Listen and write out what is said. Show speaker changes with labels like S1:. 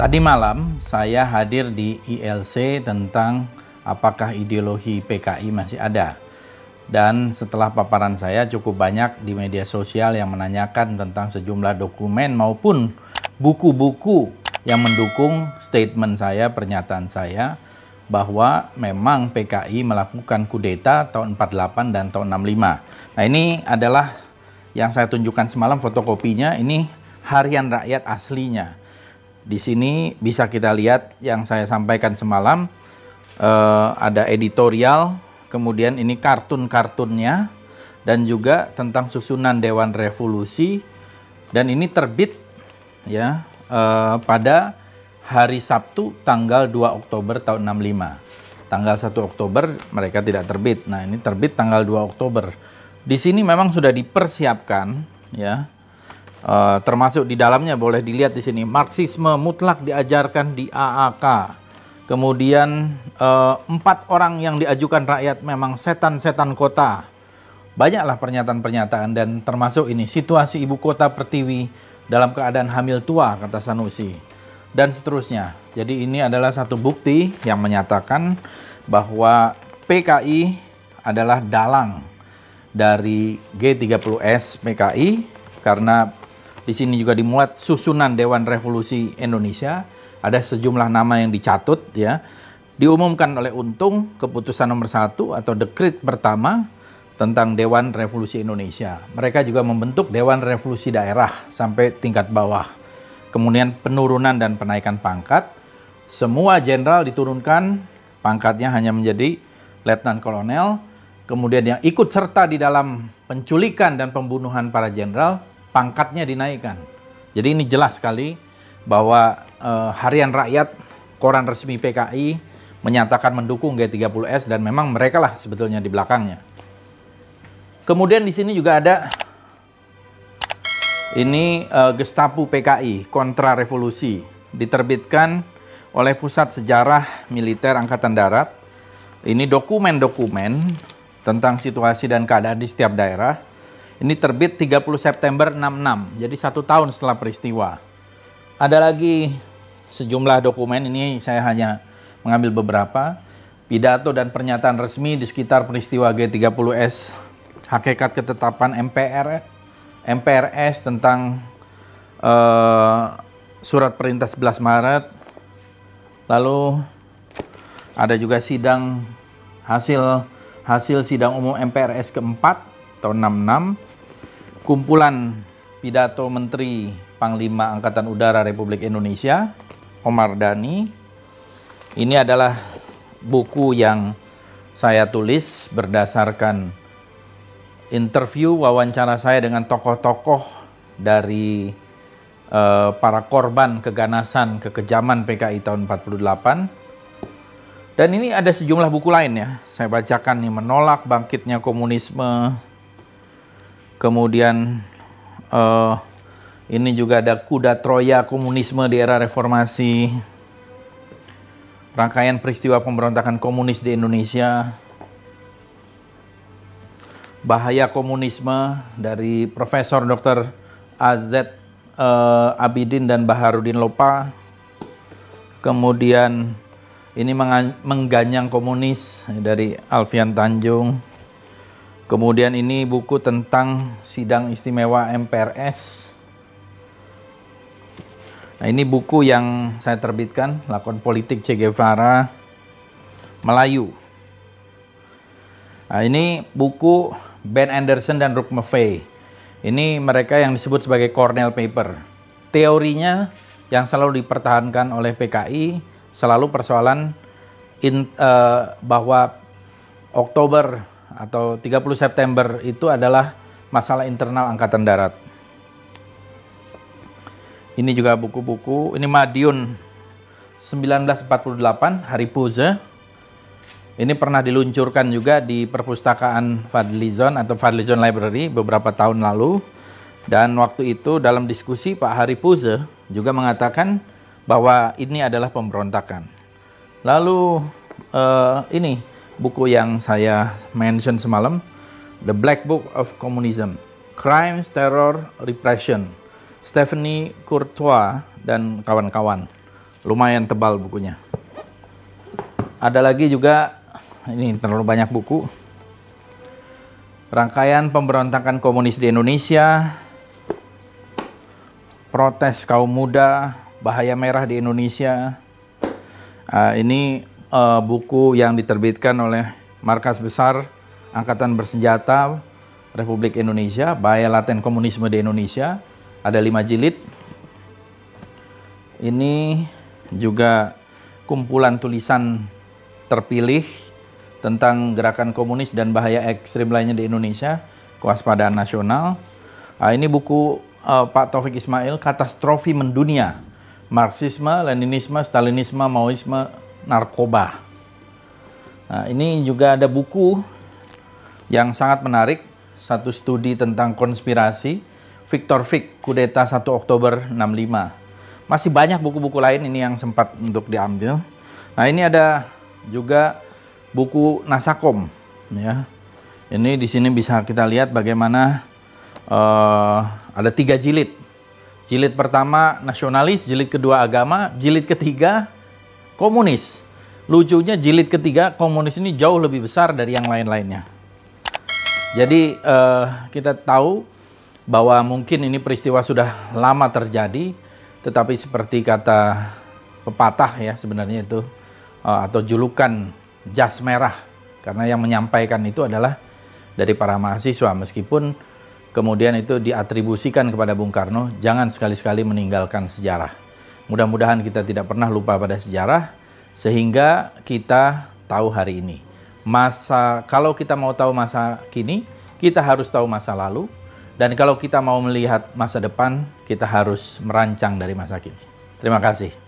S1: Tadi malam saya hadir di ILC tentang apakah ideologi PKI masih ada. Dan setelah paparan saya cukup banyak di media sosial yang menanyakan tentang sejumlah dokumen maupun buku-buku yang mendukung statement saya, pernyataan saya, bahwa memang PKI melakukan kudeta tahun 48 dan tahun 65. Nah, ini adalah yang saya tunjukkan semalam fotokopinya, ini Harian Rakyat aslinya. Di sini bisa kita lihat yang saya sampaikan semalam, ada editorial, kemudian ini kartun-kartunnya, dan juga tentang susunan Dewan Revolusi, dan ini terbit ya pada hari Sabtu tanggal 2 Oktober tahun 65. Tanggal 1 Oktober mereka tidak terbit. Nah, ini terbit tanggal 2 Oktober. Di sini memang sudah dipersiapkan ya. Termasuk di dalamnya boleh dilihat di sini, Marxisme mutlak diajarkan di AAK. Kemudian 4 orang yang diajukan rakyat memang setan-setan kota. Banyaklah pernyataan-pernyataan, dan termasuk ini, situasi ibu kota Pertiwi dalam keadaan hamil tua, kata Sanusi, dan seterusnya. Jadi ini adalah satu bukti yang menyatakan bahwa PKI adalah dalang dari G30S PKI, karena di sini juga dimuat susunan Dewan Revolusi Indonesia. Ada sejumlah nama yang dicatut ya. Diumumkan oleh Untung keputusan nomor 1 atau dekret pertama tentang Dewan Revolusi Indonesia. Mereka juga membentuk Dewan Revolusi Daerah sampai tingkat bawah. Kemudian penurunan dan penaikan pangkat. Semua jenderal diturunkan, pangkatnya hanya menjadi letnan kolonel. Kemudian yang ikut serta di dalam penculikan dan pembunuhan para jenderal, pangkatnya dinaikkan. Jadi ini jelas sekali bahwa Harian Rakyat, koran resmi PKI, menyatakan mendukung G30S, dan memang mereka lah sebetulnya di belakangnya. Kemudian di sini juga ada ini Gestapo PKI, Kontra Revolusi, diterbitkan oleh Pusat Sejarah Militer Angkatan Darat. Ini dokumen-dokumen tentang situasi dan keadaan di setiap daerah. Ini terbit 30 September 66, jadi 1 tahun setelah peristiwa. Ada lagi sejumlah dokumen, ini saya hanya mengambil beberapa. Pidato dan pernyataan resmi di sekitar peristiwa G30S, hakikat ketetapan MPRS tentang surat perintah 11 Maret. Lalu ada juga sidang hasil sidang umum MPRS keempat tahun 66, kumpulan pidato Menteri Panglima Angkatan Udara Republik Indonesia, Omar Dhani. Ini adalah buku yang saya tulis berdasarkan interview, wawancara saya dengan tokoh-tokoh dari para korban keganasan, kekejaman PKI tahun 48. Dan ini ada sejumlah buku lain ya, saya bacakan nih, Menolak Bangkitnya Komunisme. Kemudian ini juga ada Kuda Troya Komunisme di Era Reformasi, rangkaian peristiwa pemberontakan komunis di Indonesia, Bahaya Komunisme dari Profesor Dr. A.Z. Abidin dan Baharudin Lopa. Kemudian ini Mengganyang Komunis dari Alfian Tanjung. Kemudian ini buku tentang sidang istimewa MPRS. Nah, ini buku yang saya terbitkan, Lakon Politik Che Guevara Melayu. Nah, ini buku Ben Anderson dan Rook Maffei. Ini mereka yang disebut sebagai Cornell Paper. Teorinya yang selalu dipertahankan oleh PKI selalu persoalan bahwa Oktober atau 30 September itu adalah masalah internal Angkatan Darat. Ini juga buku-buku, ini Madiun 1948, Hari Puze. Ini pernah diluncurkan juga di perpustakaan Fadlizon atau Fadlizon Library beberapa tahun lalu. Dan waktu itu dalam diskusi Pak Hari Puze juga mengatakan bahwa ini adalah pemberontakan. Lalu ini buku yang saya mention semalam, The Black Book of Communism, Crimes, Terror, Repression, Stephanie Courtois dan kawan-kawan. lumayan tebal bukunya. Ada lagi juga, ini terlalu banyak buku. Rangkaian pemberontakan komunis di Indonesia, protes kaum muda, bahaya merah di Indonesia. Ini buku yang diterbitkan oleh Markas Besar Angkatan Bersenjata Republik Indonesia, Bahaya Laten Komunisme di Indonesia. Ada 5 jilid. Ini juga kumpulan tulisan terpilih tentang gerakan komunis dan bahaya ekstrim lainnya di Indonesia, Kewaspadaan Nasional. Ini buku Pak Taufik Ismail, Katastrofi Mendunia, Marxisme, Leninisme, Stalinisme, Maoisme, Narkoba. Ini juga ada buku yang sangat menarik, satu studi tentang konspirasi, Victor Frick, Kudeta 1 Oktober 65. Masih banyak buku-buku lain ini yang sempat untuk diambil. Nah, ini ada juga buku Nasakom, ya. Ini di sini bisa kita lihat bagaimana ada 3 jilid. Jilid pertama nasionalis, jilid kedua agama, jilid ketiga komunis. Lucunya jilid ketiga komunis ini jauh lebih besar dari yang lain-lainnya. Jadi kita tahu bahwa mungkin ini peristiwa sudah lama terjadi, tetapi seperti kata pepatah ya sebenarnya itu, atau julukan jas merah, karena yang menyampaikan itu adalah dari para mahasiswa, meskipun kemudian itu diatribusikan kepada Bung Karno, jangan sekali-sekali meninggalkan sejarah. Mudah-mudahan kita tidak pernah lupa pada sejarah, sehingga kita tahu hari ini. Kalau kita mau tahu masa kini, kita harus tahu masa lalu. Dan kalau kita mau melihat masa depan, kita harus merancang dari masa kini. Terima kasih.